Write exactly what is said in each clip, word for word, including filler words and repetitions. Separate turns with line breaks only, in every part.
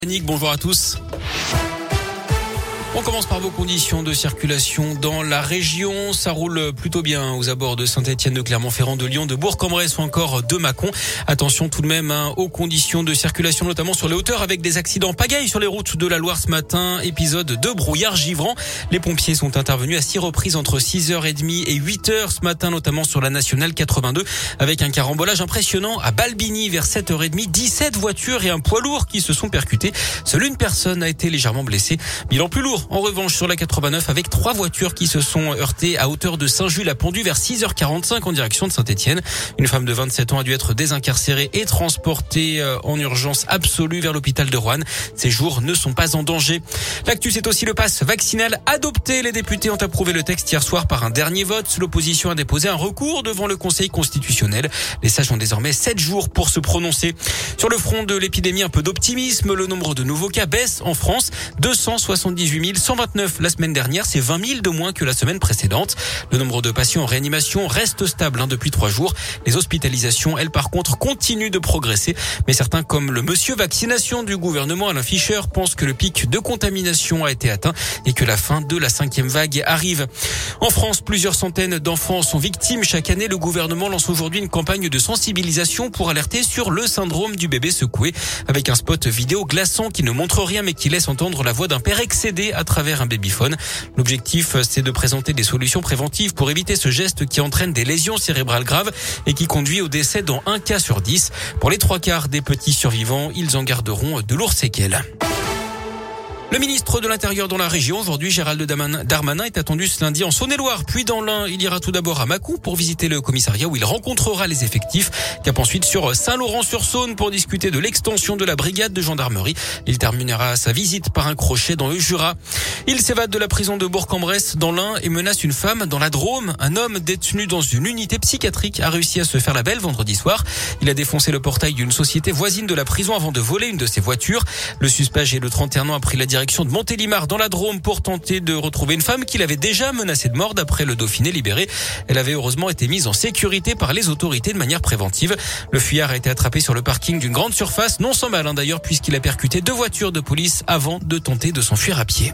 Yannick, bonjour à tous. On commence par vos conditions de circulation dans la région. Ça roule plutôt bien aux abords de Saint-Etienne, de Clermont-Ferrand, de Lyon, de Bourg-en-Bresse ou encore de Mâcon. Attention tout de même hein, aux conditions de circulation, notamment sur les hauteurs avec des accidents pagailles sur les routes de la Loire ce matin. Épisode de brouillard givrant. Les pompiers sont intervenus à six reprises entre six heures trente et huit heures ce matin, notamment sur la nationale quatre-vingt-deux avec un carambolage impressionnant à Balbigny vers sept heures trente. dix-sept voitures et un poids lourd qui se sont percutés. Seule une personne a été légèrement blessée. Bilan plus lourd. En revanche, sur la quatre-vingt-neuf, avec trois voitures qui se sont heurtées à hauteur de Saint-Jules-à-Pondu vers six heures quarante-cinq en direction de Saint-Etienne. Une femme de vingt-sept ans a dû être désincarcérée et transportée en urgence absolue vers l'hôpital de Roanne. Ses jours ne sont pas en danger. L'actu, c'est aussi le pass vaccinal adopté. Les députés ont approuvé le texte hier soir par un dernier vote. L'opposition a déposé un recours devant le Conseil constitutionnel. Les sages ont désormais sept jours pour se prononcer. Sur le front de l'épidémie, un peu d'optimisme. Le nombre de nouveaux cas baisse en France. deux cent soixante-dix-huit mille cent vingt-neuf la semaine dernière, c'est vingt mille de moins que la semaine précédente. Le nombre de patients en réanimation reste stable hein, depuis trois jours. Les hospitalisations, elles par contre, continuent de progresser. Mais certains, comme le monsieur vaccination du gouvernement Alain Fischer, pensent que le pic de contamination a été atteint et que la fin de la cinquième vague arrive. En France, plusieurs centaines d'enfants sont victimes chaque année. Le gouvernement lance aujourd'hui une campagne de sensibilisation pour alerter sur le syndrome du bébé secoué avec un spot vidéo glaçant qui ne montre rien mais qui laisse entendre la voix d'un père excédé à travers un babyphone. L'objectif, c'est de présenter des solutions préventives pour éviter ce geste qui entraîne des lésions cérébrales graves et qui conduit au décès dans un cas sur dix. Pour les trois quarts des petits survivants, ils en garderont de lourdes séquelles. Le ministre de l'Intérieur dans la région, aujourd'hui, Gérald Darmanin, est attendu ce lundi en Saône-et-Loire, puis dans l'Ain. Il ira tout d'abord à Mâcon pour visiter le commissariat où il rencontrera les effectifs. Cap ensuite sur Saint-Laurent-sur-Saône pour discuter de l'extension de la brigade de gendarmerie. Il terminera sa visite par un crochet dans le Jura. Il s'évade de la prison de Bourg-en-Bresse dans l'Ain et menace une femme dans la Drôme. Un homme détenu dans une unité psychiatrique a réussi à se faire la belle vendredi soir. Il a défoncé le portail d'une société voisine de la prison avant de voler une de ses voitures. Le suspect âgé de trente et un ans a pris la direction de Montélimar dans la Drôme pour tenter de retrouver une femme qu'il avait déjà menacée de mort d'après le Dauphiné libéré. Elle avait heureusement été mise en sécurité par les autorités de manière préventive. Le fuyard a été attrapé sur le parking d'une grande surface, non sans mal hein, d'ailleurs puisqu'il a percuté deux voitures de police avant de tenter de s'enfuir à pied.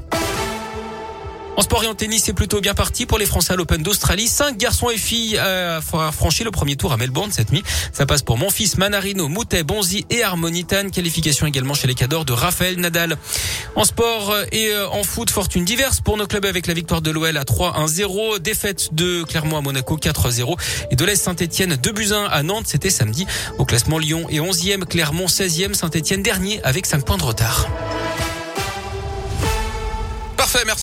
En sport et en tennis, c'est plutôt bien parti pour les Français à l'Open d'Australie. Cinq garçons et filles euh, ont franchi le premier tour à Melbourne cette nuit. Ça passe pour Monfils, Manarino, Moutet, Bonzi et Harmonitan. Qualification également chez les cadors de Raphaël Nadal. En sport et en foot, fortune diverse pour nos clubs avec la victoire de l'O L à trois un zéro. Défaite de Clermont à Monaco quatre zéro. Et de l'Est Saint-Etienne deux buts à un à Nantes. C'était samedi. Au classement, Lyon est onzième, Clermont seizième, Saint-Etienne dernier avec cinq points de retard.
Parfait, merci.